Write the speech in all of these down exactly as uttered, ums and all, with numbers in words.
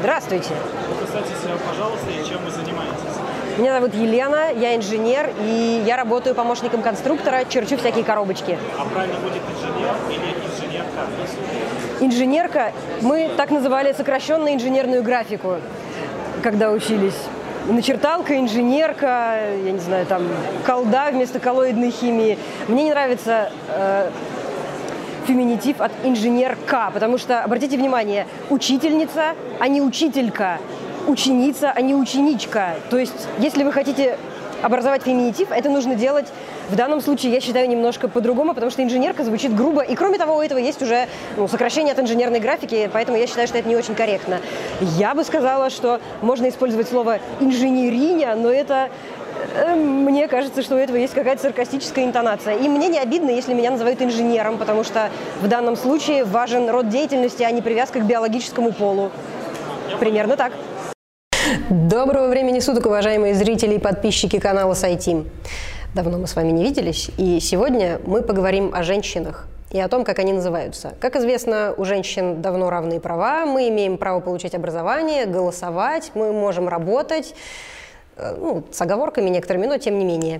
Здравствуйте. Представьте себя, пожалуйста, и чем вы занимаетесь? Меня зовут Елена, я инженер, и я работаю помощником конструктора, черчу всякие коробочки. А правильно будет инженер или инженерка? Инженерка, мы так называли сокращенно инженерную графику, когда учились. Начерталка, инженерка, я не знаю, там, колда вместо коллоидной химии. Мне не нравится э, феминитив от инженерка, потому что, обратите внимание, учительница, а не учителька, ученица, а не ученичка. То есть, если вы хотите образовать феминитив, это нужно делать в данном случае, я считаю, немножко по-другому, потому что инженерка звучит грубо. И кроме того, у этого есть уже ну, сокращение от инженерной графики, поэтому я считаю, что это не очень корректно. Я бы сказала, что можно использовать слово инженериня, но это, э, мне кажется, что у этого есть какая-то саркастическая интонация. И мне не обидно, если меня называют инженером, потому что в данном случае важен род деятельности, а не привязка к биологическому полу. Примерно так. Доброго времени суток, уважаемые зрители и подписчики канала Сайтим. Давно мы с вами не виделись, и сегодня мы поговорим о женщинах и о том, как они называются. Как известно, у женщин давно равные права, мы имеем право получить образование, голосовать, мы можем работать, ну, с оговорками некоторыми, но тем не менее.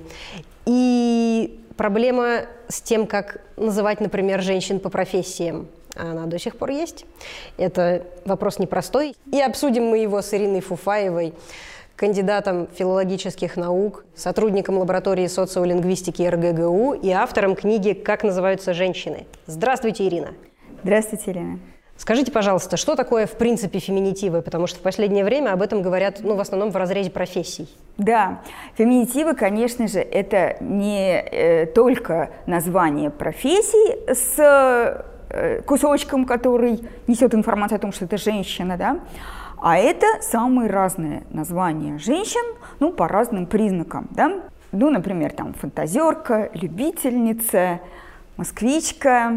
И проблема с тем, как называть, например, женщин по профессиям, она до сих пор есть. Это вопрос непростой. И обсудим мы его с Ириной Фуфаевой, кандидатом филологических наук, сотрудником лаборатории социолингвистики эр гэ гэ у и автором книги «Как называются женщины». Здравствуйте, Ирина. Здравствуйте, Елена. Скажите, пожалуйста, что такое в принципе феминитивы? Потому что в последнее время об этом говорят, ну, в основном в разрезе профессий. Да, феминитивы, конечно же, это не э, только название профессий с э, кусочком, который несет информацию о том, что это женщина, да, а это самые разные названия женщин, ну, по разным признакам, да. Ну, например, там фантазерка, любительница, москвичка,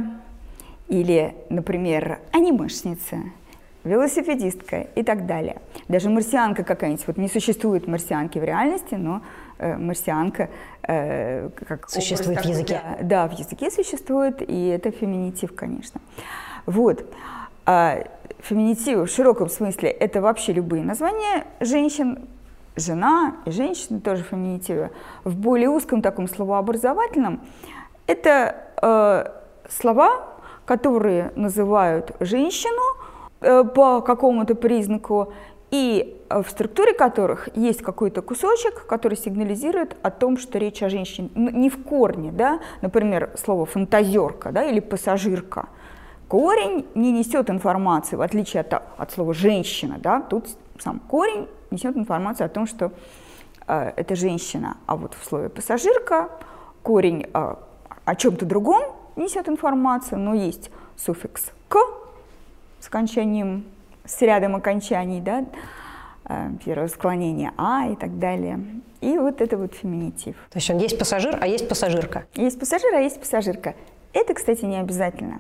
или, например, анимешница, велосипедистка и так далее. Даже марсианка какая-нибудь, вот не существует марсианки в реальности, но э, марсианка э, как существует образ, в языке. Да, да, в языке существует, и это феминитив, конечно. Вот. А феминитивы в широком смысле это вообще любые названия женщин, жена и женщина тоже феминитивы. В более узком таком словообразовательном это э, слова, которые называют женщину э, по какому-то признаку, и в структуре которых есть какой-то кусочек, который сигнализирует о том, что речь о женщине. Не в корне, да, например, слово фантазерка, да, или пассажирка. Корень не несет информацию, в отличие от, от слова «женщина», да, тут сам корень несет информацию о том, что э, это женщина, а вот в слове «пассажирка» корень э, о чем-то другом несет информацию, но есть суффикс «к» с окончанием, с рядом окончаний, да, э, первое склонение «а» и так далее. И вот это вот феминитив. То есть он есть пассажир, а есть пассажирка. Есть пассажир, а есть пассажирка. Это, кстати, не обязательно.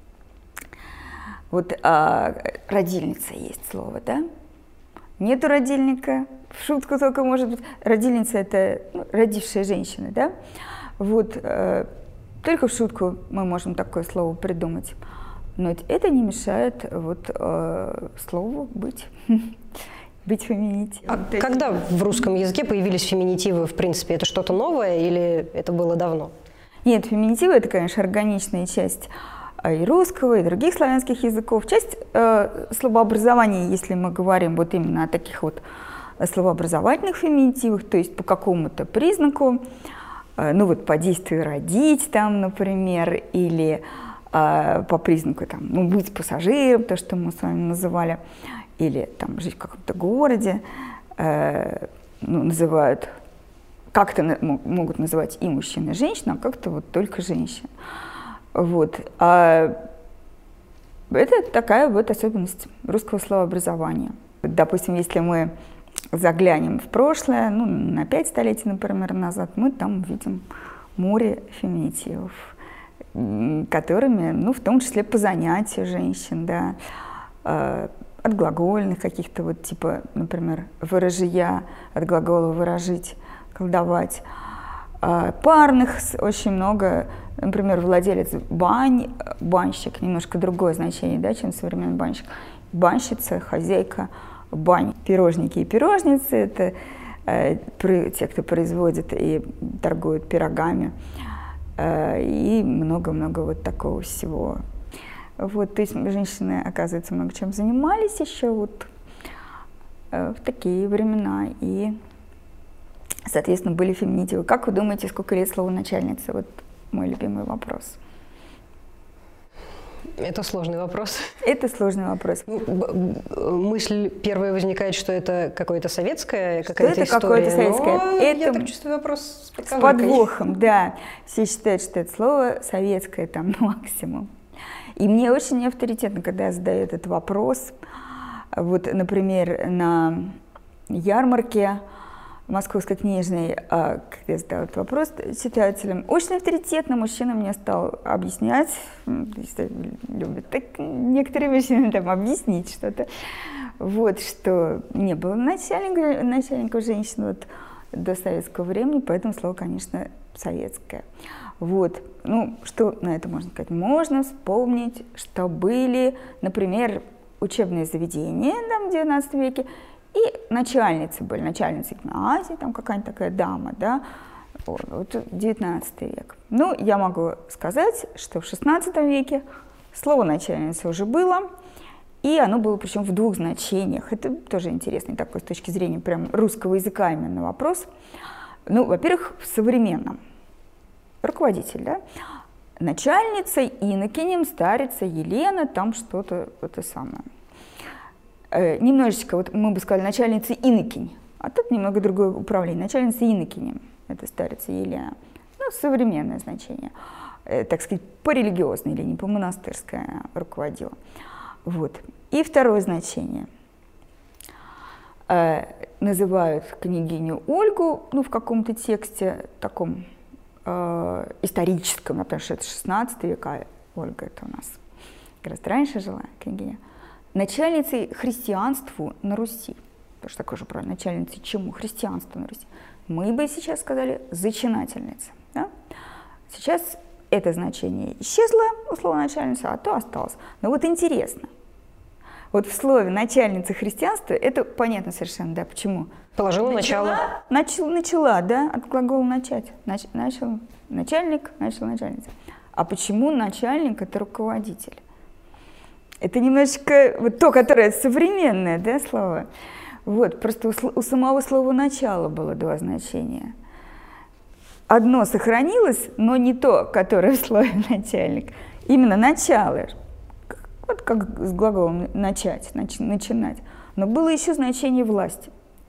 Вот а, родильница есть слово, да? Нету родильника, в шутку только может быть. Родильница – это ну, родившая женщина, да? Вот, а, только в шутку мы можем такое слово придумать. Но это не мешает вот, а, слову быть, быть феминитивом. А когда в русском языке появились феминитивы, в принципе, это что-то новое или это было давно? Нет, феминитивы – это, конечно, органичная часть и русского, и других славянских языков. Часть э, словообразования, если мы говорим вот именно о таких вот словообразовательных феминитивах, то есть по какому-то признаку, э, ну вот по действию родить там, например, или э, по признаку там, ну, быть пассажиром, то, что мы с вами называли, или там жить в каком-то городе, э, ну, называют, как-то могут называть и мужчин, и женщин, а как-то вот только женщин. Вот. А это такая вот особенность русского словообразования. Допустим, если мы заглянем в прошлое, ну, на пять столетий, например, назад, мы там видим море феминитивов, которыми, ну, в том числе по занятию женщин, да, от глагольных каких-то вот типа, например, выражия, от глагола выражить, колдовать. Парных очень много, например, владелец бань, банщик, немножко другое значение, да, чем современный банщик, банщица, хозяйка бань. Пирожники и пирожницы – это э, те, кто производит и торгует пирогами. Э, и много-много вот такого всего. Вот, то есть женщины, оказывается, много чем занимались еще вот э, в такие времена. И, соответственно, были феминитивы. Как вы думаете, сколько лет слову начальница? Вот мой любимый вопрос. Это сложный вопрос. Это сложный вопрос. Мысль первая возникает, что это какое-то советское, какая-то это история. Какое-то советское. Но это я так чувствую вопрос с с подковыркой. подвохом, да. Все считают, что это слово советское там максимум. И мне очень неавторитетно, когда я задаю этот вопрос. Вот, например, на ярмарке Московской книжной, когда я задала этот вопрос читателям, очень авторитетно мужчина мне стал объяснять, любят так некоторые мужчины там объяснить что-то, вот, что не было начальника, начальника женщин вот, до советского времени, поэтому слово, конечно, советское. Вот, ну, что на это можно сказать? Можно вспомнить, что были, например, учебные заведения там, в девятнадцатом веке, и начальницы были, начальницы гимназии, там какая-нибудь такая дама, да, вот, вот девятнадцатый век. Ну, я могу сказать, что в шестнадцатом веке слово начальница уже было, и оно было причем в двух значениях. Это тоже интересный такой с точки зрения прям русского языка именно вопрос. Ну, во-первых, в современном. Руководитель, да, начальница, инокинем, старица, Елена, там что-то это самое. Э, немножечко, вот мы бы сказали, начальница инокинь, а тут немного другое управление. Начальница инокинем, это старица Елена. Ну, современное значение, э, так сказать, по религиозной линии, по монастырской руководила. Вот. И второе значение. Э, называют княгиню Ольгу, ну, в каком-то тексте таком, историческом, потому что это шестнадцатый век, а Ольга это у нас гораздо раньше жила, княгиня, начальницей христианству на Руси. Потому что такое же правильно, начальницей чему? Христианству на Руси. Мы бы сейчас сказали зачинательница. Да? Сейчас это значение исчезло у слова начальница, а то осталось. Но вот интересно. Вот в слове начальница христианства это понятно совершенно, да, почему? Положила начала, начало. Начала, начала, да, от глагола начать. Нач, начал начальник, начал начальница. А почему начальник – это руководитель? Это немножечко вот то, которое современное, да, слово. Вот, просто у, у самого слова начала было два значения. Одно сохранилось, но не то, которое в слове начальник. Именно начало. Вот как с глаголом начать, нач, начинать. Но было еще значение власти.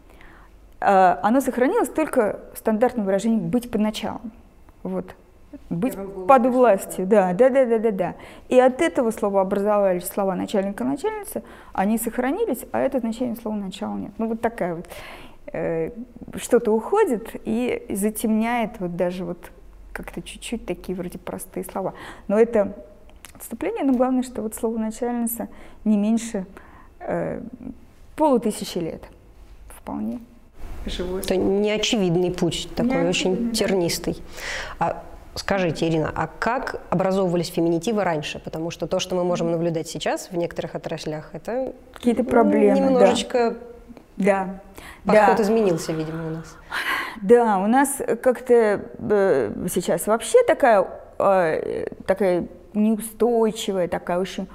Оно сохранилось только в стандартном выражении «быть под началом». Вот. Быть под властью, да, да, да, да, да, да. И от этого слова образовались слова начальника, начальницы, они сохранились, а это значение слова начала нет. Ну вот такая вот, э, что-то уходит и затемняет вот даже вот как-то чуть-чуть такие вроде простые слова. Но это отступление, но главное, что вот слово начальница не меньше э, полутысячи лет. Вполне. Живой. Это неочевидный путь, такой не очень тернистый. А скажите, Ирина, а как образовывались феминитивы раньше? Потому что то, что мы можем наблюдать сейчас в некоторых отраслях, это какие-то проблемы. Немножечко да. подход да. изменился, видимо, у нас. Да, у нас как-то э, сейчас вообще такая, э, такая неустойчивая, такая очень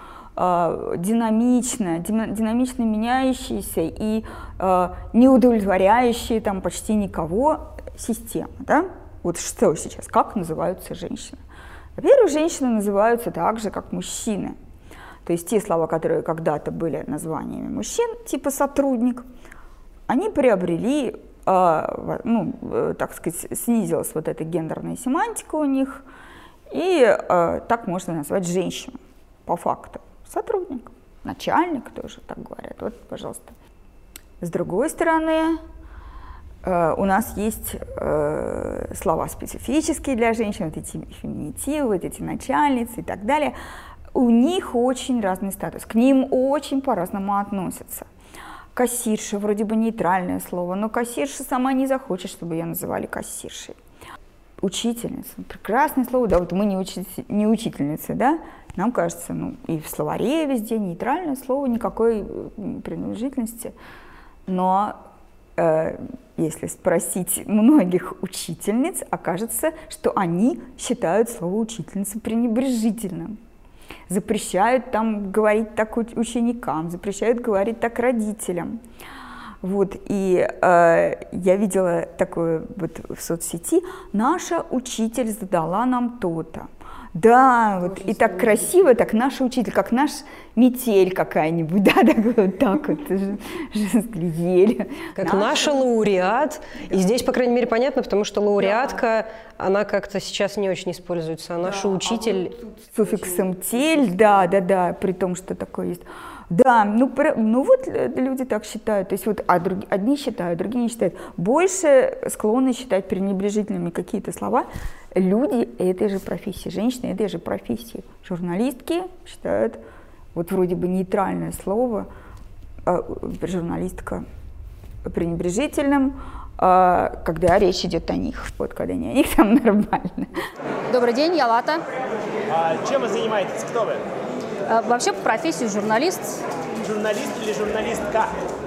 динамично, динамично меняющаяся и э, не удовлетворяющая там почти никого система. Да? Вот что сейчас, как называются женщины? Во-первых, женщины называются так же, как мужчины. То есть те слова, которые когда-то были названиями мужчин, типа сотрудник, они приобрели, э, ну, э, так сказать, снизилась вот эта гендерная семантика у них, и э, так можно назвать женщину по факту. Сотрудник, начальник тоже так говорят. Вот, пожалуйста. С другой стороны, э, у нас есть э, слова специфические для женщин, вот эти феминитивы, вот эти начальницы и так далее. У них очень разный статус, к ним очень по-разному относятся. Кассирша, вроде бы нейтральное слово, но кассирша сама не захочет, чтобы ее называли кассиршей. учительница, прекрасное слово, да, вот мы не, учи, не учительницы, да, нам кажется, ну, и в словаре везде нейтральное слово, никакой пренебрежительности, но э, если спросить многих учительниц, окажется, что они считают слово учительница пренебрежительным. Запрещают там говорить так ученикам, запрещают говорить так родителям. Вот, и э, я видела такое вот в соцсети: наша учитель задала нам то-то. Да, вот, и так красиво, так наш учитель, как наш метель какая-нибудь, да, так вот, так вот, ели. Как наша лауреат, и здесь, по крайней мере, понятно, потому что лауреатка, она как-то сейчас не очень используется, а наш учитель... С суффиксом «тель», да, да, да, при том, что такое есть. Да, ну, ну вот люди так считают, то есть вот а друг, одни считают, другие не считают. Больше склонны считать пренебрежительными какие-то слова люди этой же профессии, женщины этой же профессии. Журналистки считают вот вроде бы нейтральное слово, э, журналистка пренебрежительным, э, когда речь идет о них, вот когда не о них, там нормально. Добрый день, я Лата. А чем вы занимаетесь? Кто вы? Вообще по профессии журналист. Журналист или журналистка?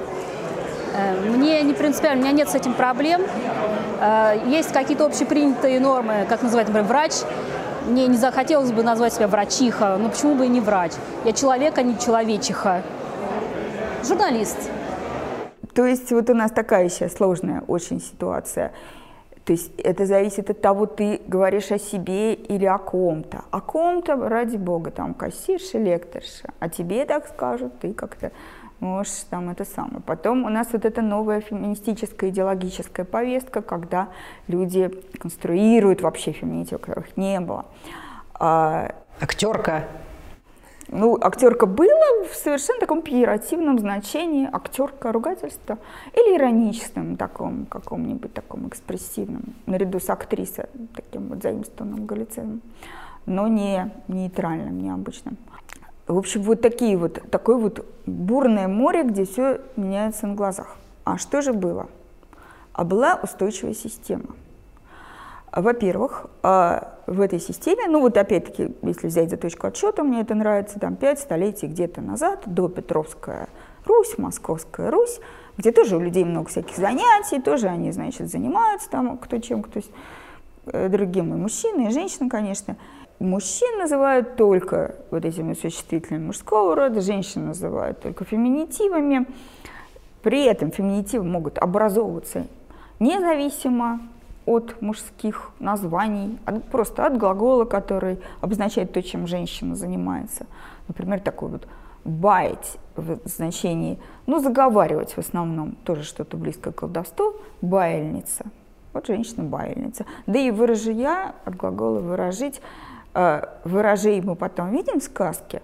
Мне не принципиально, у меня нет с этим проблем. Есть какие-то общепринятые нормы, как называть, например, врач. Мне не захотелось бы назвать себя врачиха, но почему бы и не врач? Я человек, а не человечиха. Журналист. То есть вот у нас такая сейчас сложная очень ситуация. То есть это зависит от того, ты говоришь о себе или о ком-то. О ком-то, ради бога, там, кассирша, лекторша. А тебе так скажут, ты как-то можешь там это самое. Потом у нас вот эта новая феминистическая идеологическая повестка, когда люди конструируют вообще феминитив, которых не было. А, Актерка. Ну, актерка была в совершенно таком пиеративном значении, актерка ругательства, или ироническом таком, каком-нибудь таком экспрессивном, наряду с актрисой, таким вот заимствованным галлицизмом, но не нейтральным, необычным. В общем, вот такие вот, такое вот бурное море, где все меняется на глазах. А что же было? А была устойчивая система. Во-первых, в этой системе, ну вот опять-таки, если взять за точку отсчета, мне это нравится, там пять столетий где-то назад, до Петровская Русь, Московская Русь, где тоже у людей много всяких занятий, тоже они, значит, занимаются там кто чем, кто другим, и мужчины, и женщины, конечно. Мужчин называют только вот этими существительными мужского рода, женщин называют только феминитивами. При этом феминитивы могут образовываться независимо от мужских названий, от, просто от глагола, который обозначает то, чем женщина занимается. Например, такой вот «баять» в значении, ну, заговаривать в основном, тоже что-то близкое к колдовству, «баяльница». Вот женщина-баяльница. Да и «выражия» от глагола «выражить». «Выражей» мы потом видим в сказке,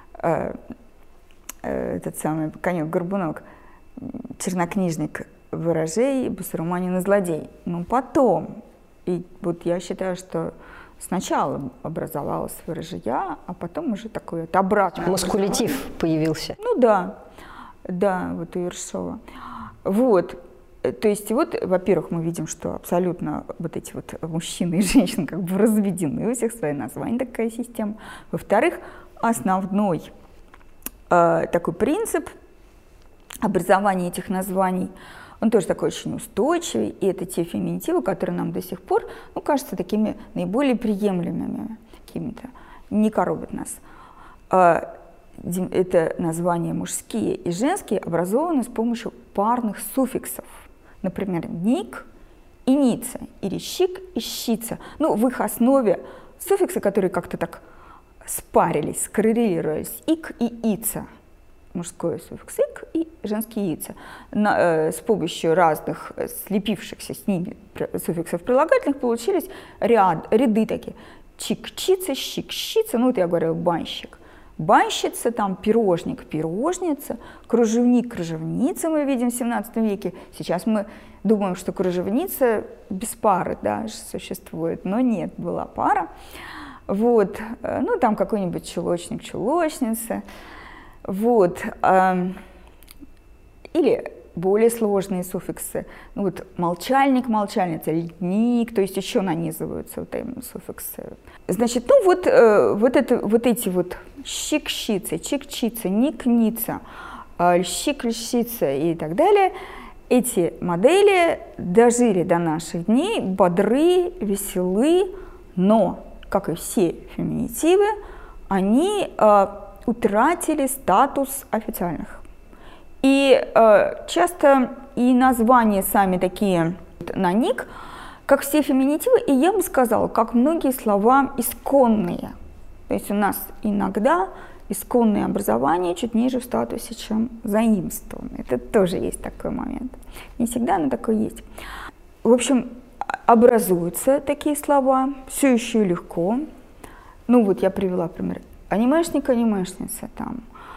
этот самый конек-горбунок, чернокнижник, «Выражей, басурманин и злодей». Но потом, и вот я считаю, что сначала образовалась выражия, а потом уже такой вот обратный. Маскулятив появился. Ну да, да, вот у Ершова. Вот, то есть вот, во-первых, мы видим, что абсолютно вот эти вот мужчины и женщины как бы разведены, у всех свои названия, такая система. Во-вторых, основной э, такой принцип образования этих названий, он тоже такой очень устойчивый, и это те феминитивы, которые нам до сих пор, ну, кажутся такими наиболее приемлемыми какими-то, не коробят нас. Это названия мужские и женские образованы с помощью парных суффиксов. Например, ник и ница, или щик и щица. Ну, в их основе суффиксы, которые как-то так спарились, скоррелировались, ик и ица. Мужской суффикс «ик» и женский «ица». На, э, с помощью разных э, слепившихся с ними суффиксов прилагательных получились ряд, ряды такие. Чик-чица, щик-щица, ну вот я говорю банщик. Банщица, там пирожник, пирожница, кружевник, кружевница мы видим в семнадцатом веке. Сейчас мы думаем, что кружевница без пары, да, существует, но нет, была пара. Вот, ну там какой-нибудь чулочник, чулочница. Вот. Или более сложные суффиксы. Ну, вот молчальник, молчальница, ледник, то есть еще нанизываются вот эти суффиксы. Значит, ну вот, э, вот, это, вот эти вот щик-щица, чик-чица, ник-ница, э, льщик-льщица и так далее, эти модели дожили до наших дней, бодры, веселы, но, как и все феминитивы, они э, утратили статус официальных. И э, часто и названия сами такие на ник, как все феминитивы, и я бы сказала, как многие слова исконные. То есть у нас иногда исконные образования чуть ниже в статусе, чем заимствованные. Это тоже есть такой момент. Не всегда, но такой есть. В общем, образуются такие слова, все еще легко. Ну вот я привела пример. Анимешник, анимешница, там.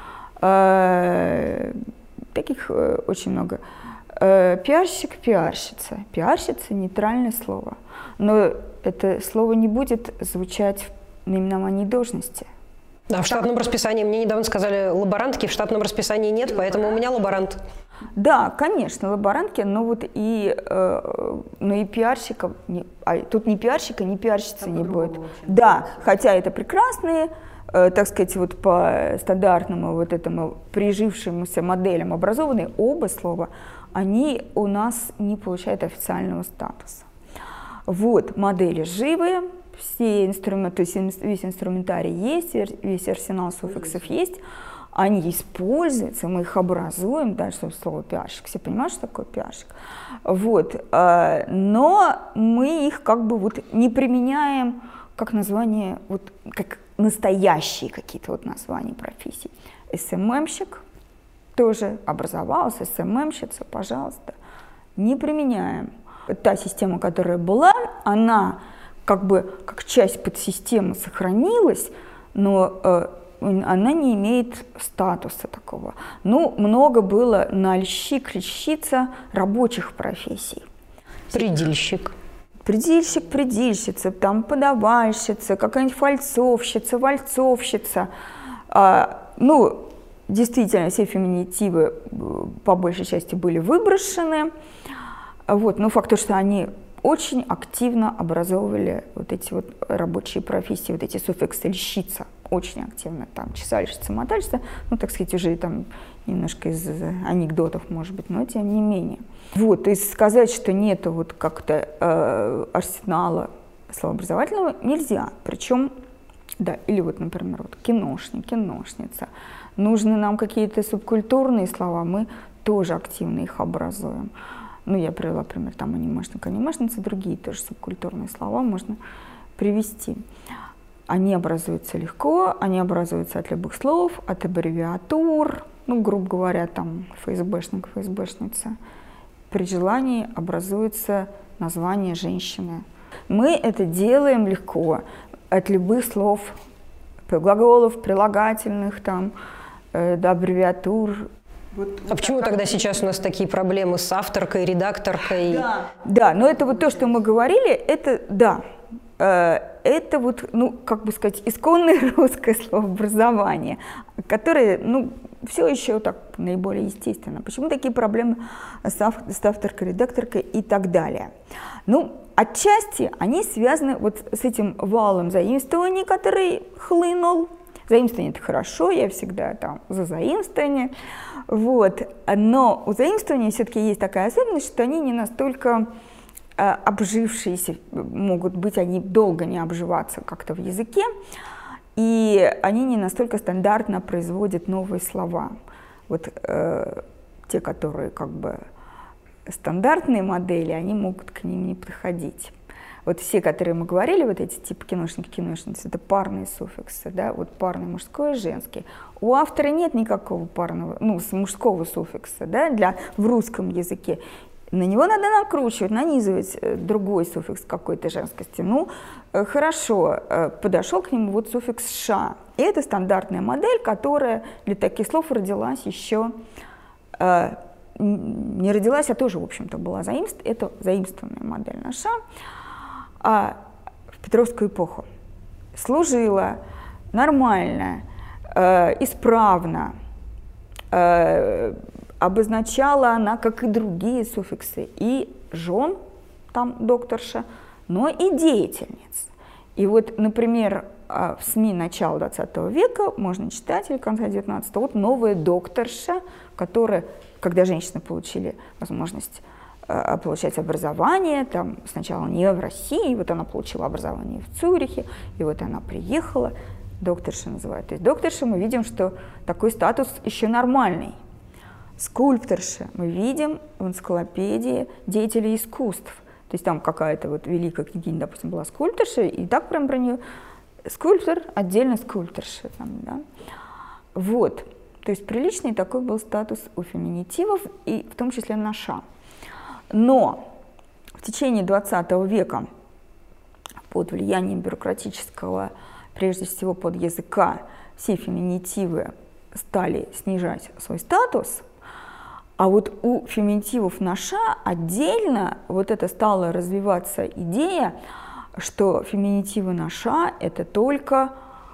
Э, таких э, очень много. Э, пиарщик, пиарщица. Пиарщица – нейтральное слово. Но это слово не будет звучать в наименовании должности. Да, в штатном расписании, мне недавно сказали, лаборантки в штатном расписании нет, поэтому у меня лаборант. Да, конечно, лаборантки, но вот и, э, но и пиарщиков, не, а тут ни пиарщика, ни пиарщицы не будет. Да, хотя это прекрасные, э, так сказать, вот по стандартному вот этому прижившемуся моделям образованные оба слова, они у нас не получают официального статуса. Вот, модели живые. Все инструменты, то есть весь инструментарий есть, весь арсенал суффиксов есть, они используются, мы их образуем, да, чтобы слово пиарщик, все понимают, что такое пиарщик, вот, но мы их как бы вот не применяем как название, вот как настоящие какие-то вот названия профессий. эс эм эм-щик тоже образовался, эс эм эм-щица, пожалуйста, не применяем. Та система, которая была, она как бы как часть подсистемы сохранилась, но э, она не имеет статуса такого. Ну, много было на льщик, льщица рабочих профессий. Предельщик. Предельщик, предельщица, там подавальщица, какая-нибудь фальцовщица, вальцовщица. А, ну, действительно, все феминитивы по большей части были выброшены. Вот, но факт то, что они очень активно образовывали вот эти вот рабочие профессии, вот эти суффиксы льщица, очень активно, там, чесальщица, мотальщица, ну, так сказать, уже там немножко из анекдотов, может быть, но тем не менее. Вот, то есть сказать, что нету вот как-то э, арсенала словообразовательного нельзя, причем, да, или вот, например, вот киношник, киношница, нужны нам какие-то субкультурные слова, мы тоже активно их образуем. Ну, я привела пример, там анимешник, анимешница, другие тоже субкультурные слова можно привести. Они образуются легко, они образуются от любых слов, от аббревиатур, ну, грубо говоря, там эф эс бэшник, эф эс бэшница. При желании образуется название женщины. Мы это делаем легко, от любых слов, глаголов, прилагательных, там, э, до аббревиатур. Вот, а вот почему тогда сейчас у нас такие проблемы с авторкой, редакторкой? Да, да, но это вот то, что мы говорили, это да, э, это вот, ну, как бы сказать, исконное русское словообразование, которое, ну, все еще так наиболее естественно. Почему такие проблемы с, ав с авторкой, редакторкой и так далее? Ну, отчасти они связаны вот с этим валом заимствований, который хлынул. Заимствование – это хорошо, я всегда там за заимствование. Вот. Но у заимствования все-таки есть такая особенность, что они не настолько э, обжившиеся, могут быть, они долго не обживаться как-то в языке, и они не настолько стандартно производят новые слова. Вот э, те, которые как бы стандартные модели, они могут к ним не подходить. Вот все, которые мы говорили, вот эти типа киношники, киношницы, это парные суффиксы, да, вот парный мужской и женский. У автора нет никакого парного, ну, мужского суффикса, да, для, в русском языке. На него надо накручивать, нанизывать другой суффикс какой-то женскости. Ну, хорошо, подошел к нему вот суффикс «ша». И это стандартная модель, которая для таких слов родилась еще, э, не родилась, а тоже, в общем-то, была заимств, это заимствованная модель на «ша». А в Петровскую эпоху служила нормально, э, исправно, э, обозначала она, как и другие суффиксы, и жен, там докторша, но и деятельниц. И вот, например, в СМИ начала двадцатого века можно читать, или конца девятнадцатого, вот новая докторша, которая, когда женщины получили возможность э, получать образование, там сначала не в России, вот она получила образование в Цюрихе, и вот она приехала, докторша называют. То есть докторша, мы видим, что такой статус еще нормальный. Скульпторша мы видим в энциклопедии деятелей искусств. То есть там какая-то вот великая княгиня, допустим, была скульпторша, и так прям про нее скульптор, отдельно скульпторша. Там, да. Вот. То есть приличный такой был статус у феминитивов, и в том числе наша. Но в течение двадцатого века под влиянием бюрократического, прежде всего под языка, все феминитивы стали снижать свой статус. А вот у феминитивов наша отдельно вот это стала развиваться идея, что феминитивы наша – это только…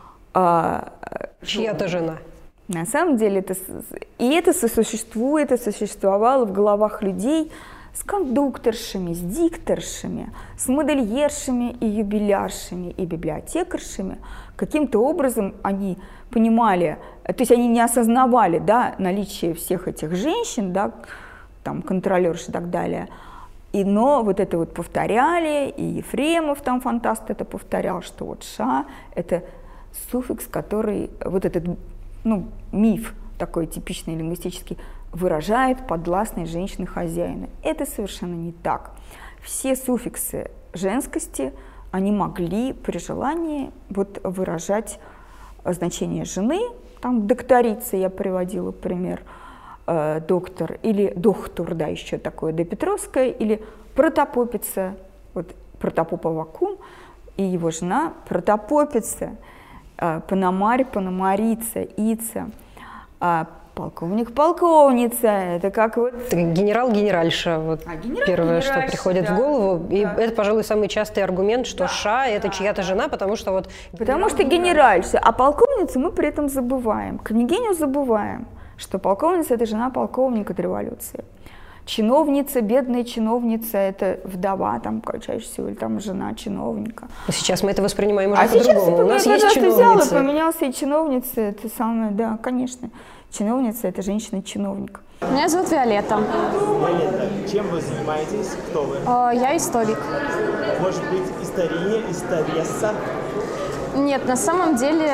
А, чья-то жена. На самом деле, это, и это сосуществует, это существовало в головах людей с кондукторшами, с дикторшами, с модельершами и юбиляршами и библиотекаршами. Каким-то образом они понимали, то есть они не осознавали, да, наличие всех этих женщин, да, там, контролерш и так далее, и, но вот это вот повторяли, и Ефремов, там, фантаст, это повторял, что вот ша – это суффикс, который, вот этот, ну, миф такой типичный лингвистический, выражает подвластность женщины хозяина. Это совершенно не так. Все суффиксы женскости, они могли при желании вот выражать значение жены, там докторица, я приводила пример, э, доктор, или доктор, да, еще такое допетровское, или протопопица, вот протопоп Аввакум и его жена протопопица, э, пономарь, пономарица, ица, э, полковник, полковница, это как вот… Генерал-генеральша, вот а, генерал, первое, что приходит да, в голову. И да. это, пожалуй, самый частый аргумент, что да, ша – это да, чья-то да. жена, потому что вот… Потому что генеральша, а полковницу мы при этом забываем. Княгиню забываем, что полковница – это жена полковника до революции. Чиновница, бедная чиновница – это вдова, там, чаще всего, или там жена чиновника. Но сейчас мы это воспринимаем уже а по-другому. У нас есть чиновница. чиновницы. Поменялся и чиновница, это самое, да, конечно. Чиновница – это женщина-чиновник. Меня зовут Виолетта. Виолетта, чем вы занимаетесь? Кто вы? Я историк. Может быть, историня, исторесса? Нет, на самом деле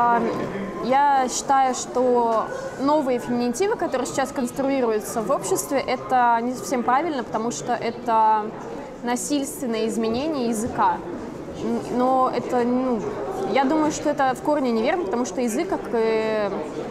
я считаю, что новые феминитивы, которые сейчас конструируются в обществе, это не совсем правильно, потому что это насильственное изменение языка. Но это, ну, я думаю, что это в корне неверно, потому что язык, как и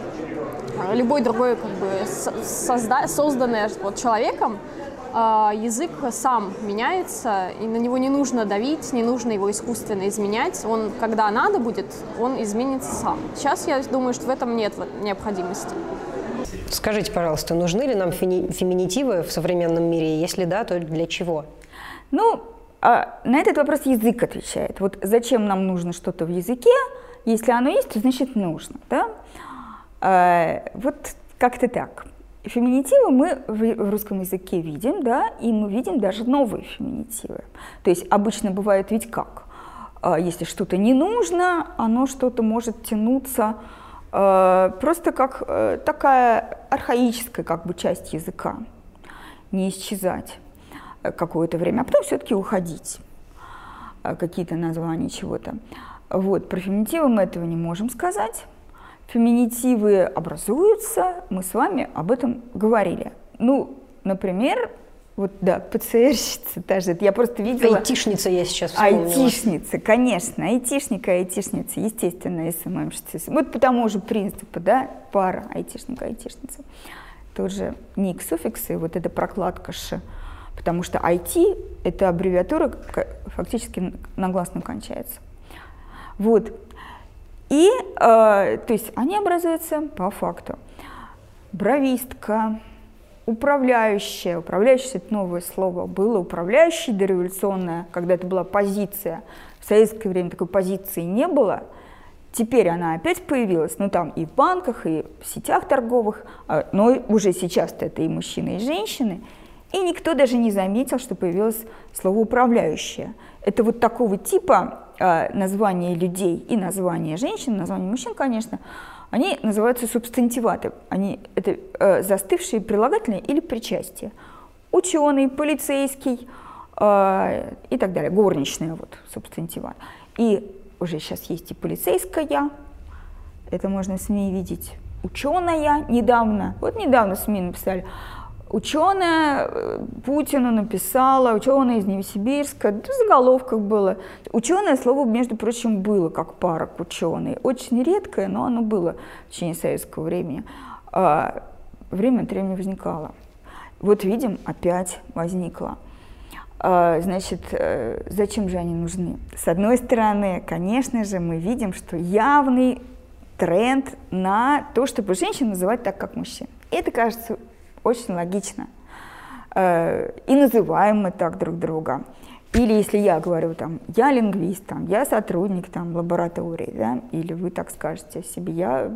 любой другой, как бы, созда- созданный вот человеком, язык сам меняется, и на него не нужно давить, не нужно его искусственно изменять. Он, когда надо будет, он изменится сам. Сейчас я думаю, что в этом нет необходимости. Скажите, пожалуйста, нужны ли нам феминитивы в современном мире? Если да, то для чего? Ну, на этот вопрос язык отвечает. Вот зачем нам нужно что-то в языке? Если оно есть, то значит нужно, да? Вот как-то так. Феминитивы мы в русском языке видим, да, и мы видим даже новые феминитивы. То есть обычно бывает ведь как? Если что-то не нужно, оно что-то может тянуться просто как такая архаическая как бы часть языка, не исчезать какое-то время, а потом все-таки уходить, какие-то названия чего-то. Вот, про феминитивы мы этого не можем сказать. Феминитивы образуются, мы с вами об этом говорили. Ну, например, вот, да, ПЦРщица, та же, я просто видела… Айтишница я сейчас вспомнила. Айтишница, конечно, айтишник и айтишница, естественно, СММщица. Вот по тому же принципу, да, пара айтишника и айтишница. Тот же ник, суффиксы, вот эта прокладка «ш», потому что ай ти – это аббревиатура, фактически на гласную кончается. Вот. И, э, то есть, они образуются по факту. Бровистка, управляющая. Управляющая – это новое слово. Было управляющей дореволюционное, когда это была позиция. В советское время такой позиции не было. Теперь она опять появилась, ну там и в банках, и в сетях торговых, но уже сейчас-то это и мужчины, и женщины. И никто даже не заметил, что появилось слово «управляющая». Это вот такого типа э, названия людей и названия женщин, названия мужчин, конечно, они называются субстантиваты. Они, это э, застывшие прилагательные или причастия. Ученый, полицейский э, и так далее. Горничная, вот, субстантиват. И уже сейчас есть и полицейская, это можно в СМИ видеть. Ученая недавно, вот недавно в СМИ написали, ученая Путину написала, ученая из Новосибирска, в заголовках было. Ученое слово, между прочим, было как пара к ученой. Очень редкое, но оно было в течение советского времени. А время от времени возникало. Вот видим, опять возникло. А, значит, зачем же они нужны? С одной стороны, конечно же, мы видим, что явный тренд на то, чтобы женщин называть так, как мужчин. Это кажется очень логично. И называем мы так друг друга. Или если я говорю, там, я лингвист, там, я сотрудник там, лаборатории, да? Или вы так скажете о себе, я...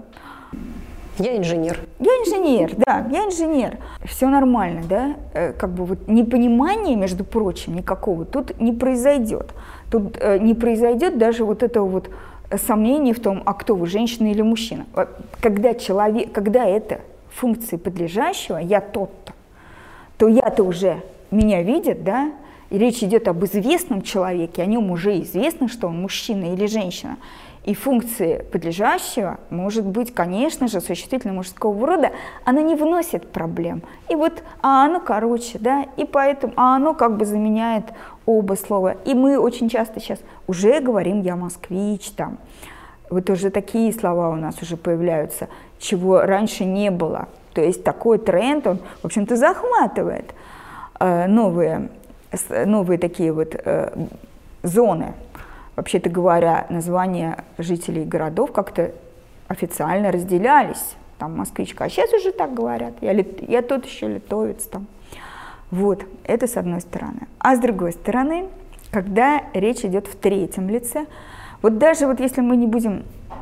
Я инженер. Я инженер, да, я инженер. Все нормально, да? Как бы вот непонимания, между прочим, никакого тут не произойдет. Тут не произойдет даже вот этого вот сомнения в том, а кто вы, женщина или мужчина. Когда человек, когда это функции подлежащего, я тот-то, то я-то уже, меня видят, да, и речь идет об известном человеке, о нем уже известно, что он мужчина или женщина. И функции подлежащего может быть, конечно же, существительное мужского рода, оно не вносит проблем. И вот, а оно короче, да, и поэтому, а оно как бы заменяет оба слова. И мы очень часто сейчас уже говорим «я москвич», там, вот уже такие слова у нас уже появляются, чего раньше не было. То есть такой тренд, он, в общем-то, захватывает э, новые, новые такие вот э, зоны. Вообще-то говоря, названия жителей городов как-то официально разделялись. Там москвичка, а сейчас уже так говорят. Я, лит, я тот еще литовец там. Вот, это с одной стороны. А с другой стороны, когда речь идет в третьем лице, вот даже вот если мы не будем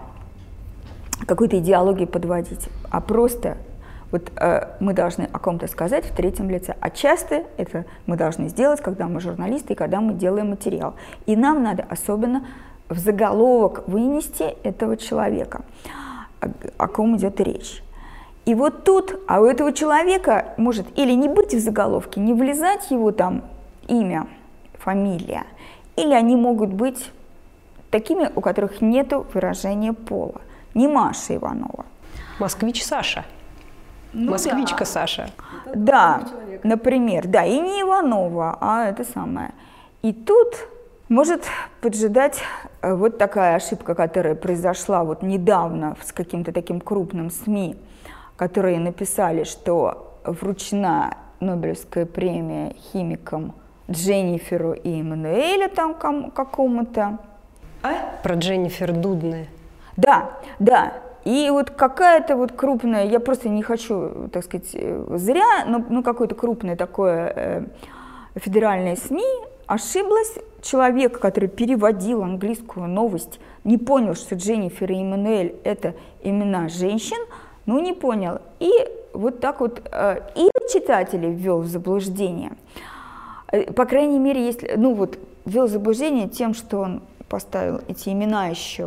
какой-то идеологии подводить, а просто вот э, мы должны о ком-то сказать в третьем лице. А часто это мы должны сделать, когда мы журналисты и когда мы делаем материал. И нам надо особенно в заголовок вынести этого человека, о, о ком идет речь. И вот тут, а у этого человека может или не быть в заголовке, не влезать его там имя, фамилия, или они могут быть такими, у которых нет выражения пола. Не Маша Иванова. Москвич Саша. Ну, Москвичка да. Саша. Да, например, да, и не Иванова, а это самое. И тут может поджидать вот такая ошибка, которая произошла вот недавно с каким-то таким крупным СМИ, которые написали, что вручена Нобелевская премия химикам Дженниферу и Эммануэлю там какому-то. А? Про Дженнифер Дудны. Да, да. И вот какая-то вот крупная, я просто не хочу, так сказать, зря, но ну, какое-то крупное такое э, федеральное СМИ ошиблась. Человек, который переводил английскую новость, не понял, что Дженнифер и Эммануэль – это имена женщин, ну не понял. И вот так вот э, и читателей ввел в заблуждение. По крайней мере, если, ну вот, ввел в заблуждение тем, что он поставил эти имена еще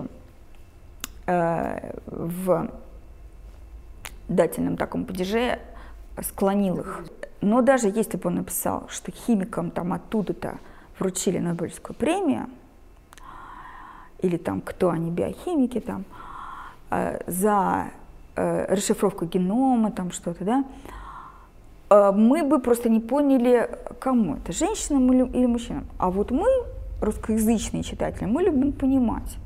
в дательном таком падеже, склонил их. Но даже если бы он написал, что химикам там оттуда-то вручили Нобелевскую премию, или там кто они, биохимики, там, за расшифровку генома, там что-то, да, мы бы просто не поняли, кому это, женщинам или мужчинам. А вот мы, русскоязычные читатели, мы любим понимать.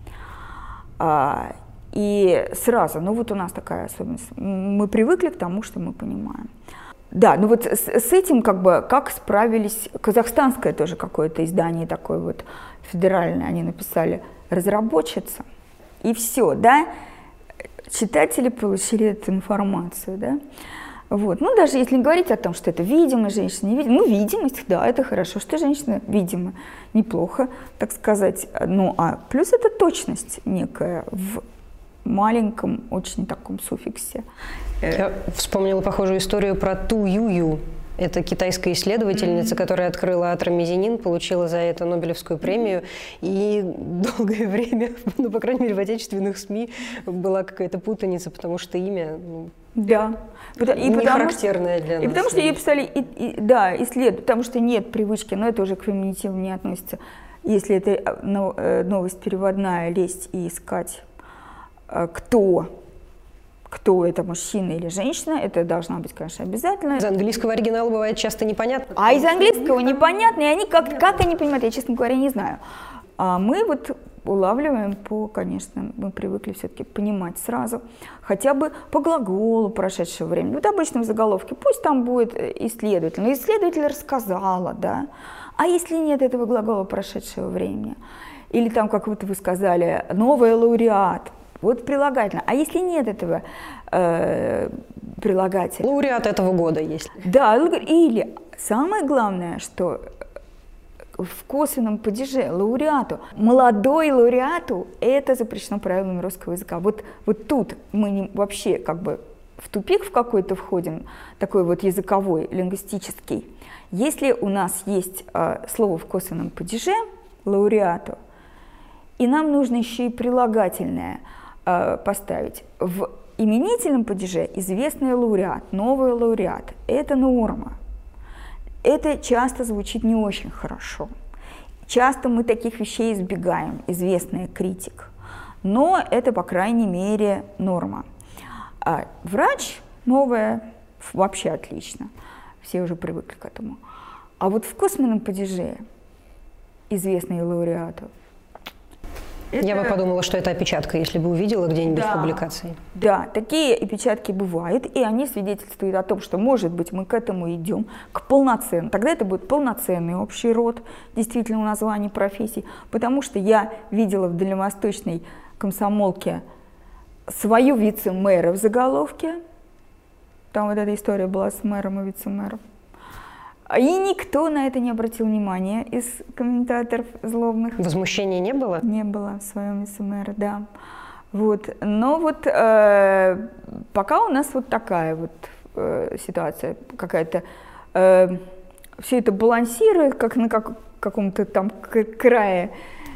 А, и сразу, ну вот у нас такая особенность, мы привыкли к тому, что мы понимаем. Да, ну вот с, с этим как бы, как справились, казахстанское тоже какое-то издание такое вот федеральное, они написали «разработчица», и все, да, читатели получили эту информацию, да. Вот. Ну, даже если говорить о том, что это видимая женщина, невидимая, ну, видимость, да, это хорошо, что женщина видима, неплохо, так сказать. Ну, а плюс это точность некая в маленьком, очень таком суффиксе. Я вспомнила похожую историю про Ту Юю. Это китайская исследовательница, mm-hmm. которая открыла атромезенин, получила за это Нобелевскую премию. И долгое время, ну, по крайней мере, в отечественных СМИ была какая-то путаница, потому что имя ну, да. И не характерное для нас. И потому что ей писали, и, и, да, исследуют, потому что нет привычки, но это уже к феминитиву не относится. Если это новость переводная, лезть и искать, кто... Кто это, мужчина или женщина, это должна быть, конечно, обязательно. Из английского оригинала бывает часто непонятно. А из английского непонятно, и они как, как они понимают, я, честно говоря, не знаю. А мы вот улавливаем по, конечно, мы привыкли все-таки понимать сразу, хотя бы по глаголу прошедшего времени. Вот обычно в заголовке, пусть там будет исследователь, но исследователь рассказала, да. А если нет этого глагола прошедшего времени? Или там, как вот вы сказали, новый лауреат. Вот прилагательно. А если нет этого э, прилагательного? Лауреат этого года есть. Да, или самое главное, что в косвенном падеже лауреату, молодой лауреату, это запрещено правилами русского языка. Вот, вот тут мы не, вообще как бы в тупик в какой-то входим, такой вот языковой, лингвистический. Если у нас есть э, слово в косвенном падеже лауреату, и нам нужно еще и прилагательное поставить. В именительном падеже известный лауреат, новый лауреат – это норма. Это часто звучит не очень хорошо. Часто мы таких вещей избегаем, известный критик. Но это, по крайней мере, норма. А врач – новое, вообще отлично. Все уже привыкли к этому. А вот в косвенном падеже известный лауреату – Это... Я бы подумала, что это опечатка, если бы увидела где-нибудь да. в публикации. Да, такие опечатки бывают, и они свидетельствуют о том, что, может быть, мы к этому идем, к полноценному. Тогда это будет полноценный общий род, действительно, у названий профессий, потому что я видела в дальневосточной комсомолке свою вице-мэра в заголовке, там вот эта история была с мэром и вице-мэром. И никто на это не обратил внимания из комментаторов злобных. Возмущения не было? Не было в своем СМР, да. Вот. Но вот э, пока у нас вот такая вот э, ситуация какая-то. Э, все это балансирует, как на как, каком-то там крае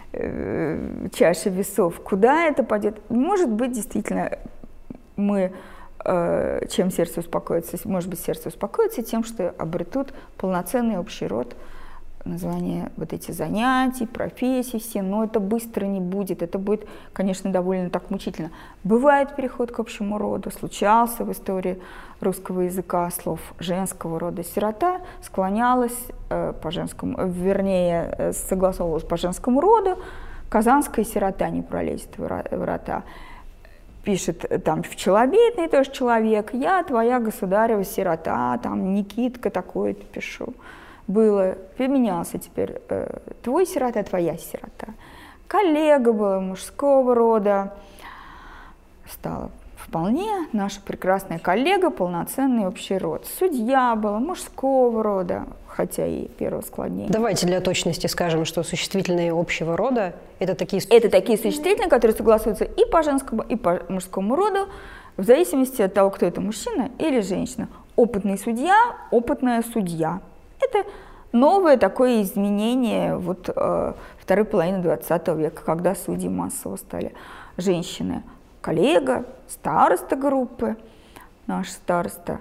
э, чаши весов. Куда это пойдет? Может быть, действительно, мы... чем сердце успокоится, может быть, сердце успокоится тем, что обретут полноценный общий род, название вот эти занятий, профессий все, но это быстро не будет, это будет, конечно, довольно так мучительно. Бывает переход к общему роду, случался в истории русского языка слов женского рода. Сирота склонялась э, по женскому, вернее, согласовывалась по женскому роду, казанская сирота не пролезет в врата. Пишет там пчелобитный тоже человек, я твоя государева сирота, там Никитка такой-то пишу. Было, поменялся теперь, э, твой сирота, твоя сирота. Коллега была мужского рода, стала вполне наша прекрасная коллега, полноценный общий род. Судья была мужского рода, хотя и первого склонения. Давайте для точности скажем, что существительные общего рода – это такие… Это такие существительные, которые согласуются и по женскому, и по мужскому роду, в зависимости от того, кто это, мужчина или женщина. Опытный судья, опытная судья. Это новое такое изменение вот, э, второй половины двадцатого века, когда судьи массово стали женщины. Коллега, староста группы, наш староста,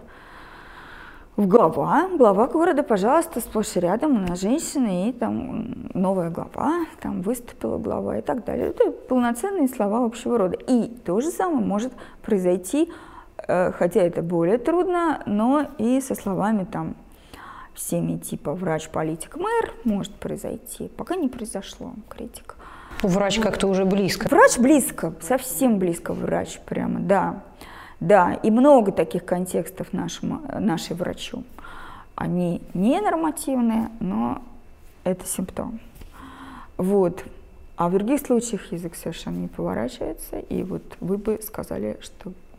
в глава, глава города, пожалуйста, сплошь и рядом у нас женщины, и там новая глава, там выступила глава и так далее. Это полноценные слова общего рода. И то же самое может произойти, э, хотя это более трудно, но и со словами там всеми типа врач, политик, мэр может произойти. Пока не произошло, критика. Врач как-то уже близко. Врач близко, совсем близко врач прямо, да. Да, и много таких контекстов нашему, нашей врачу. Они не нормативные, но это симптом. Вот. А в других случаях язык совершенно не поворачивается. И вот вы бы сказали, что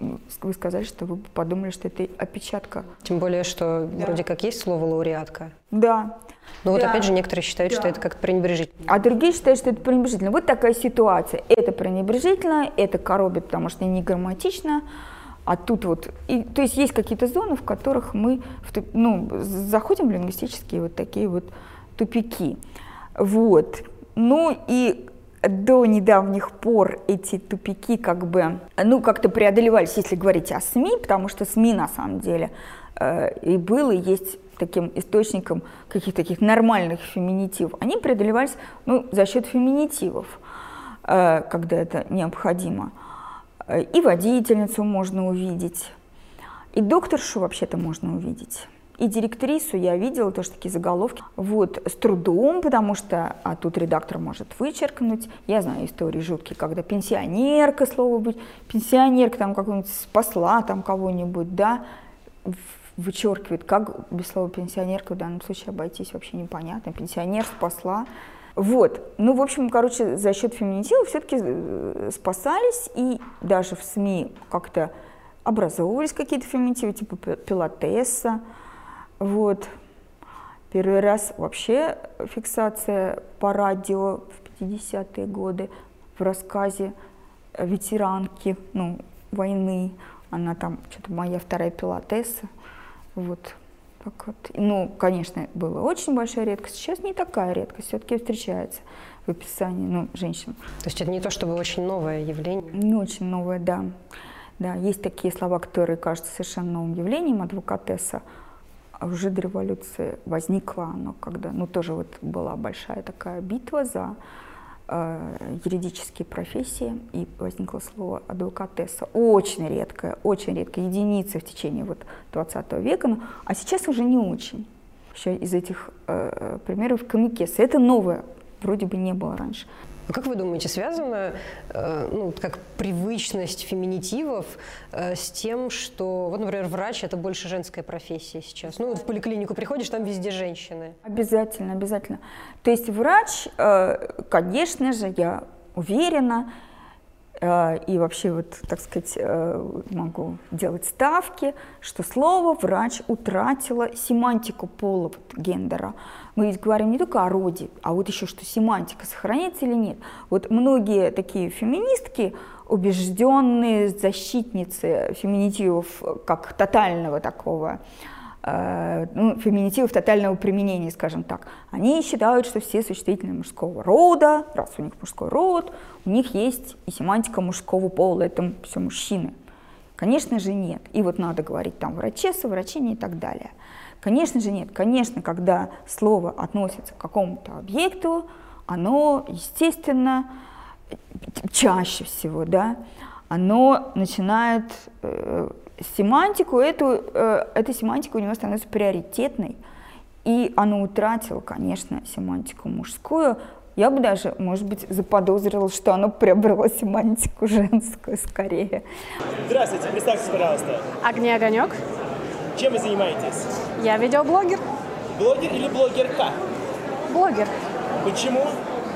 вы сказали, что вы подумали, что это опечатка. Тем более, что да. вроде как есть слово лауреатка. Да. Но да. вот опять же некоторые считают, да. что это как-то пренебрежительно. А другие считают, что это пренебрежительно. Вот такая ситуация. Это пренебрежительно, это коробит, потому что не грамматично. А тут вот, и, то есть есть какие-то зоны, в которых мы ну, заходим в лингвистические вот такие вот тупики. Вот. Ну и до недавних пор эти тупики как бы, ну, как-то преодолевались, если говорить о СМИ, потому что СМИ на самом деле э, и было, и есть таким источником каких-то таких нормальных феминитивов. Они преодолевались ну, за счет феминитивов, э, когда это необходимо. И водительницу можно увидеть, и докторшу вообще-то можно увидеть. И директрису я видела тоже такие заголовки. Вот, с трудом, потому что а тут редактор может вычеркнуть. Я знаю истории жуткие, когда пенсионерка, слово быть, пенсионерка там какого-нибудь спасла там кого-нибудь, да, вычеркивает. Как без слова пенсионерка в данном случае обойтись, вообще непонятно. Пенсионер спасла. Вот, ну, в общем, короче, за счет феминитива все-таки спасались, и даже в СМИ как-то образовывались какие-то феминитивы, типа пилотесса. Вот. Первый раз вообще фиксация по радио в пятидесятые годы в рассказе ветеранки ну, войны. Она там, что-то моя вторая пилотесса. Вот. Так вот. Ну, конечно, была очень большая редкость. Сейчас не такая редкость, все-таки встречается в описании ну, женщин. То есть это не то, чтобы очень новое явление? Не очень новое, да. Да, есть такие слова, которые кажутся совершенно новым явлением, адвокатесса. А уже до революции возникла оно, когда, ну, тоже вот была большая такая битва за э, юридические профессии, и возникло слово адвокатесса. Очень редкое, очень редкое, единицы в течение вот двадцатого века, ну, а сейчас уже не очень. Еще из этих э, примеров комикесы. Это новое, вроде бы не было раньше. А как вы думаете, связано э, ну, как привычность феминитивов э, с тем, что, вот, например, врач – это больше женская профессия сейчас? Ну, вот в поликлинику приходишь, там везде женщины. Обязательно, обязательно. То есть врач, э, конечно же, я уверена, э, и вообще, вот, так сказать, э, могу делать ставки, что слово «врач» утратило семантику пола, вот, гендера. Мы ведь говорим не только о роде, а вот еще, что семантика сохраняется или нет. Вот многие такие феминистки, убежденные защитницы феминитивов как тотального такого, э, ну, феминитивов тотального применения, скажем так, они считают, что все существительные мужского рода, раз у них мужской род, у них есть и семантика мужского пола, это все мужчины. Конечно же нет. И вот надо говорить там врачесса, врачиня и так далее. Конечно же нет. Конечно, когда слово относится к какому-то объекту, оно, естественно, чаще всего, да, оно начинает э, семантику, эту, э, эта семантика у него становится приоритетной, и оно утратило, конечно, семантику мужскую. Я бы даже, может быть, заподозрила, что оно приобрело семантику женскую скорее. Здравствуйте, представьтесь, пожалуйста. Огни огонек. Чем вы занимаетесь? Я видеоблогер. Блогер или блогерка? Блогер. Почему?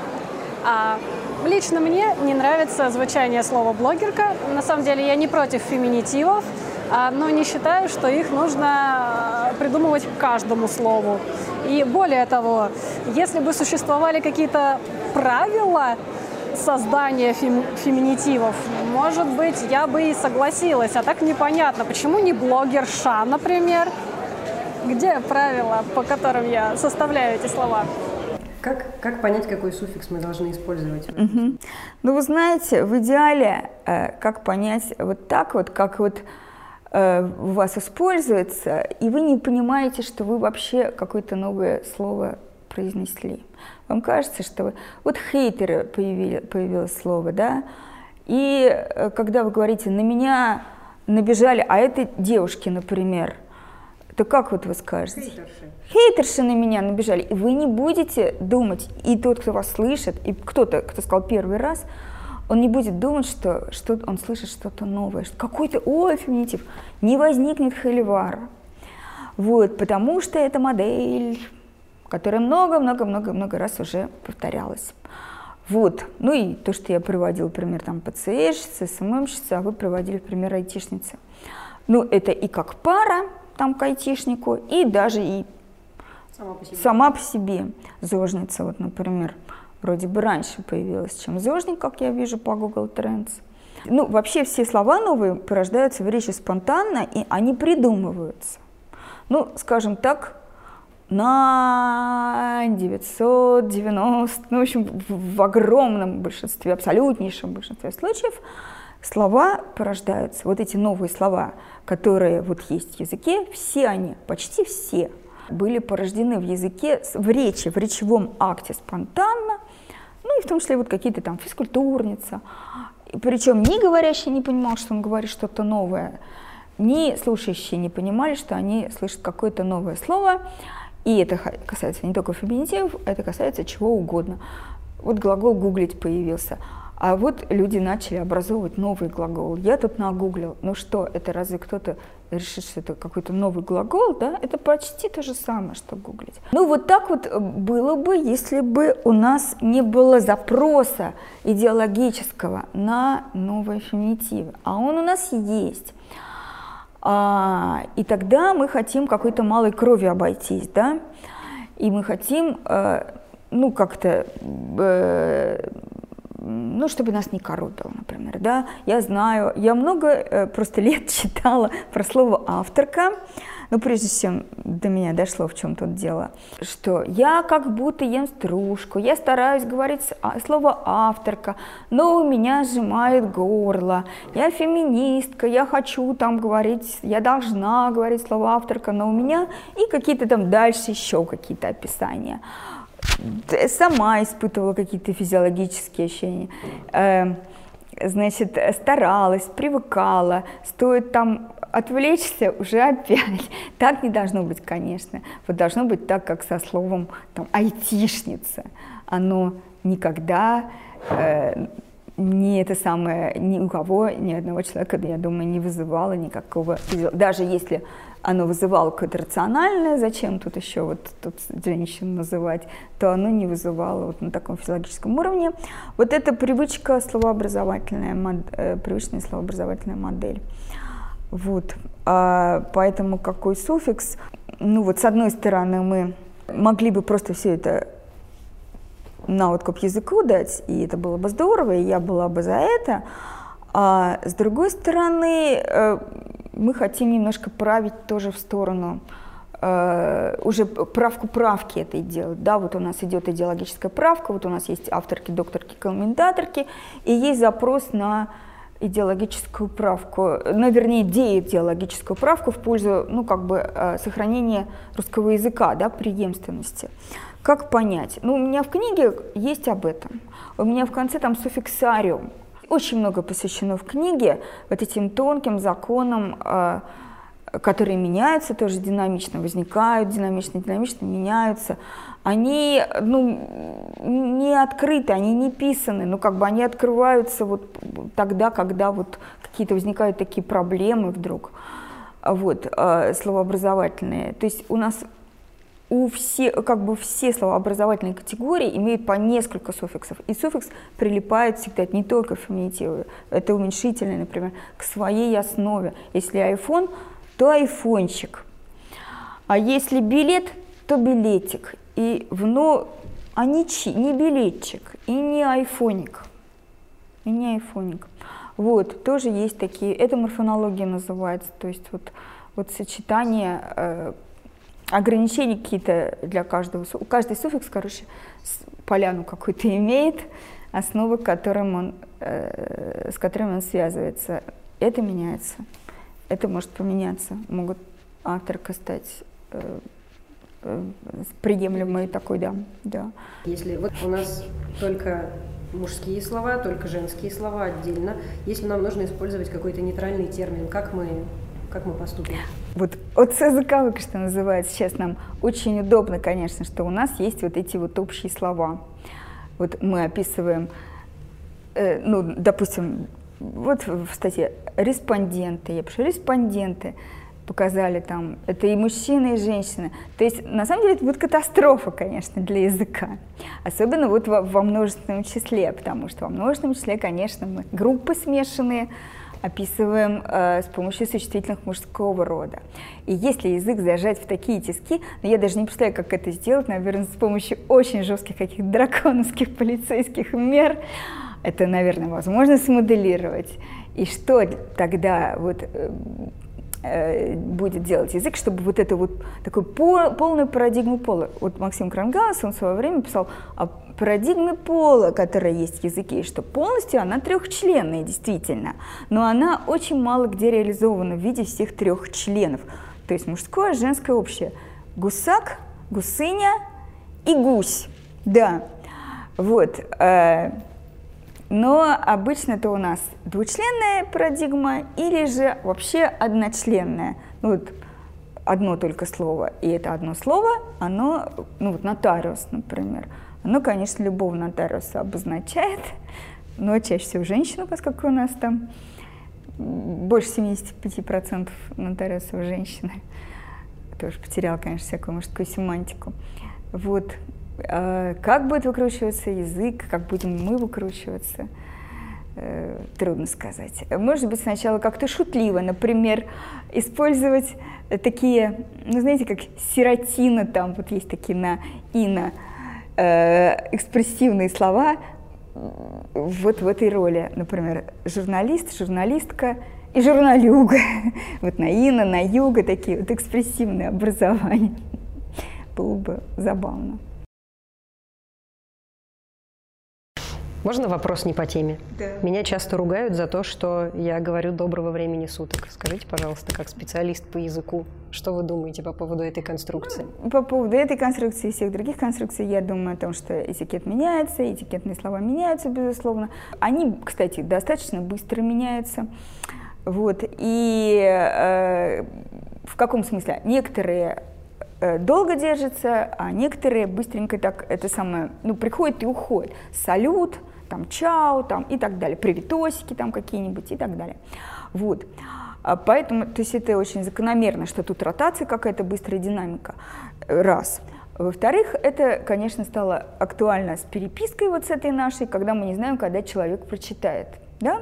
А, лично мне не нравится звучание слова блогерка. На самом деле я не против феминитивов, а, но не считаю, что их нужно придумывать к каждому слову. И более того, если бы существовали какие-то правила создания фем, феминитивов, может быть, я бы и согласилась, а так непонятно, почему не блогерша, например? Где правила, по которым я составляю эти слова? Как, как понять, какой суффикс мы должны использовать? Угу. Ну, вы знаете, в идеале, э, как понять вот так вот, как вот э, у вас используется, и вы не понимаете, что вы вообще какое-то новое слово произнесли. Вам кажется, что вы... Вот хейтеры появили, появилось слово, да? И э, когда вы говорите «на меня набежали», а это девушки, например, то как вот вы скажете? Хейтерши. Хейтерши на меня набежали. И вы не будете думать, и тот, кто вас слышит, и кто-то, кто сказал первый раз, он не будет думать, что, что он слышит что-то новое, что какой-то, ой, феминитив, не возникнет холивара. Вот, потому что это модель, которая много-много-много-много раз уже повторялась. Вот. Ну и то, что я приводила пример там ПЦЭшницы, СММщицы, а вы приводили пример айтишницы. Ну, это и как пара там к айтишнику, и даже и Сама по себе. Сама по себе зожница, вот, например, вроде бы раньше появилась, чем зожник, как я вижу по Google Trends. Ну, вообще все слова новые порождаются в речи спонтанно, и они придумываются. Ну, скажем так, на девятьсот девяносто, ну, в общем, в, в огромном большинстве, абсолютнейшем большинстве случаев слова порождаются. Вот эти новые слова, которые вот есть в языке, все они, почти все, были порождены в языке, в речи, в речевом акте спонтанно, ну и в том числе вот какие-то там физкультурница. Причем ни говорящий не понимал, что он говорит что-то новое, ни слушающие не понимали, что они слышат какое-то новое слово. И это касается не только феминитивов, это касается чего угодно. Вот глагол «гуглить» появился. А вот люди начали образовывать новый глагол. Я тут нагуглил. Ну что, это разве кто-то решит, что это какой-то новый глагол, да? Это почти то же самое, что гуглить. Ну вот так вот было бы, если бы у нас не было запроса идеологического на новые феминитивы. А он у нас есть. А, и тогда мы хотим какой-то малой крови обойтись, да? И мы хотим, э, ну как-то... Э, ну, чтобы нас не коробило, например, да, я знаю, я много э, просто лет читала про слово «авторка», но прежде чем до меня дошло, в чем тут дело, что я как будто ем стружку, я стараюсь говорить слово «авторка», но у меня сжимает горло, я феминистка, я хочу там говорить, я должна говорить слово «авторка», но у меня и какие-то там дальше еще какие-то описания. Сама испытывала какие-то физиологические ощущения, э, значит, старалась, привыкала, стоит там отвлечься, уже опять. Так не должно быть, конечно. Вот должно быть так, как со словом там, айтишница. Оно никогда э, не это самое, ни у кого, ни одного человека, я думаю, не вызывало никакого, даже если оно вызывало какое-то рациональное, зачем тут еще вот тут женщин называть, то оно не вызывало вот на таком физиологическом уровне. Вот это привычка словообразовательная, мод, э, привычная словообразовательная модель. Вот. А, поэтому какой суффикс? Ну вот с одной стороны мы могли бы просто все это на откуп языку дать, и это было бы здорово, и я была бы за это. А с другой стороны, э, мы хотим немножко править тоже в сторону, э, уже правку правки этой делать. Да, вот у нас идет идеологическая правка, вот у нас есть авторки, докторки, комментаторки, и есть запрос на идеологическую правку, ну, вернее, деидеологическую правку в пользу, ну, как бы, э, сохранения русского языка, да, преемственности. Как понять? Ну, у меня в книге есть об этом. У меня в конце там суффиксариум. Очень много посвящено в книге вот этим тонким законам, э, которые меняются тоже динамично, возникают динамично, динамично меняются. Они, ну, не открыты, они не писаны, но как бы они открываются вот тогда, когда вот какие-то возникают такие проблемы вдруг, вот, э, словообразовательные. То есть у нас у все, как бы все словообразовательные категории имеют по несколько суффиксов, и суффикс прилипает всегда, это не только феминитивы, это уменьшительные, например, к своей основе. Если айфон, то айфончик, а если билет, то билетик. И вно, а не, чи, не билетчик, и не айфоник, и не айфоник. Вот, тоже есть такие, это морфонология называется, то есть вот, вот сочетание, э, ограничения какие-то для каждого, каждый суффикс, короче, поляну какую-то имеет, основы, которым он, э, с которыми он связывается. Это меняется, это может поменяться, могут авторка стать э, э, приемлемой такой, да, да. Если вот у нас только мужские слова, только женские слова отдельно, если нам нужно использовать какой-то нейтральный термин, как мы, как мы поступим? Вот ОЦЗК, что называется, сейчас нам очень удобно, конечно, что у нас есть вот эти вот общие слова. Вот мы описываем, э, ну, допустим, вот в статье респонденты, я пишу респонденты, показали там, это и мужчины, и женщины. То есть, на самом деле, это будет катастрофа, конечно, для языка. Особенно вот во, во множественном числе, потому что во множественном числе, конечно, мы группы смешанные описываем э, с помощью существительных мужского рода. И если язык зажать в такие тиски, ну, я даже не представляю, как это сделать, наверное, с помощью очень жестких каких-то драконовских полицейских мер, это, наверное, возможно смоделировать. И что тогда вот э, э, будет делать язык, чтобы вот эту вот такую пол, полную парадигму пола. Вот Максим Крангаус, он в свое время писал о парадигме пола, которая есть в языке, и что полностью она трехчленная, действительно, но она очень мало где реализована в виде всех трех членов. То есть мужское, женское, общее. Гусак, гусыня и гусь. Да, вот. Но обычно-то у нас двучленная парадигма или же вообще одночленная. Ну, вот одно только слово, и это одно слово, оно, ну вот нотариус, например, оно, конечно, любого нотариуса обозначает, но чаще всего женщину, поскольку у нас там больше семидесяти пяти процентов нотариусов женщины. Тоже потерял, конечно, всякую мужскую семантику. Вот. Как будет выкручиваться язык, как будем мы выкручиваться, трудно сказать. Может быть, сначала как-то шутливо, например, использовать такие, ну, знаете, как сиротина, там вот есть такие на ино экспрессивные слова вот в этой роли. Например, журналист, журналистка и журналюга. Вот на ино, на юга такие вот экспрессивные образования. Было бы забавно. Можно вопрос не по теме? Да. Меня часто ругают за то, что я говорю «доброго времени суток». Скажите, пожалуйста, как специалист по языку, что вы думаете по поводу этой конструкции? По поводу этой конструкции и всех других конструкций я думаю о том, что этикет меняется, этикетные слова меняются, безусловно. Они, кстати, достаточно быстро меняются. Вот. И э, в каком смысле? Некоторые э, долго держатся, а некоторые быстренько так это самое, ну, приходят и уходят. Салют, там, чао, там, и так далее, приветосики там какие-нибудь и так далее. Вот. Поэтому, то есть это очень закономерно, что тут ротация какая-то, быстрая динамика, раз. Во-вторых, это, конечно, стало актуально с перепиской вот с этой нашей, когда мы не знаем, когда человек прочитает, да?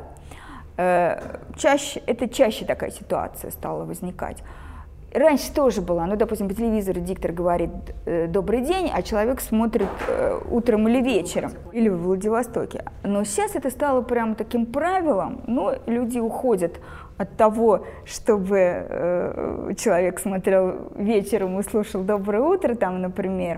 Чаще, это чаще такая ситуация стала возникать. Раньше тоже была, ну, допустим, по телевизору диктор говорит «добрый день», а человек смотрит утром или вечером, или в Владивостоке. Но сейчас это стало прям таким правилом, ну, люди уходят от того, чтобы э, человек смотрел вечером и слушал «доброе утро», там, например.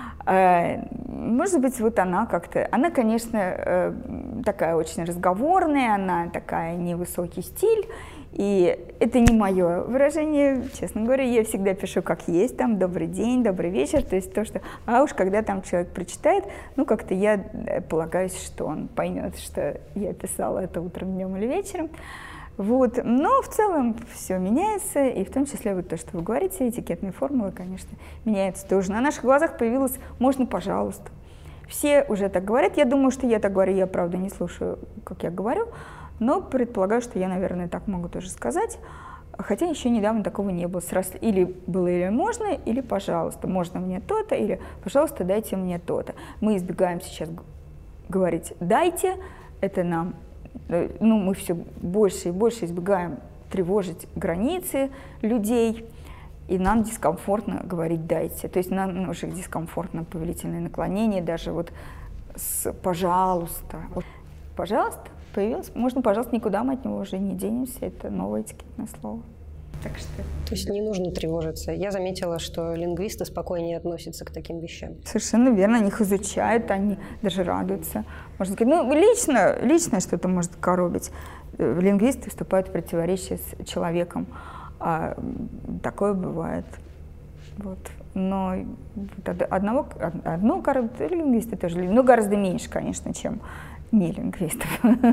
Э, может быть, вот она как-то, она, конечно, э, такая очень разговорная, она такая невысокий стиль, и это не мое выражение, честно говоря, я всегда пишу как есть, там «добрый день», «добрый вечер», то есть то, что, а уж когда там человек прочитает, ну как-то я полагаюсь, что он поймет, что я писала это утром, днем или вечером. Вот. Но в целом все меняется, и в том числе вот то, что вы говорите, этикетные формулы, конечно, меняются тоже. На наших глазах появилось «можно, пожалуйста». Все уже так говорят, я думаю, что я так говорю, я, правда, не слушаю, как я говорю, но предполагаю, что я, наверное, так могу тоже сказать, хотя еще недавно такого не было. Сразу или было или можно, или пожалуйста, можно мне то-то, или пожалуйста, дайте мне то-то. Мы избегаем сейчас говорить «дайте», это нам, ну, мы все больше и больше избегаем тревожить границы людей, и нам дискомфортно говорить «дайте». То есть нам уже дискомфортно повелительное наклонение, даже вот с «пожалуйста». Вот, пожалуйста. Появилось. Можно, пожалуйста, никуда мы от него уже не денемся. Это новое этикетное слово. Так что... То есть не нужно тревожиться. Я заметила, что лингвисты спокойнее относятся к таким вещам. Совершенно верно. Они их изучают, они даже радуются. Можно сказать, ну, лично, лично что-то может коробить. Лингвисты вступают в противоречие с человеком. А такое бывает. Вот. Но одного, одно коробит, лингвисты тоже, но гораздо меньше, конечно, чем не лингвистов.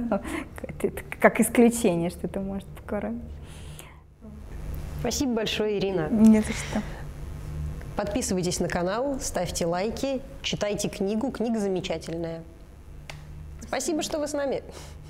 Это как исключение, что это может покоробить. Спасибо большое, Ирина. Не за что. Подписывайтесь на канал, ставьте лайки, читайте книгу. Книга замечательная. Спасибо, что вы с нами.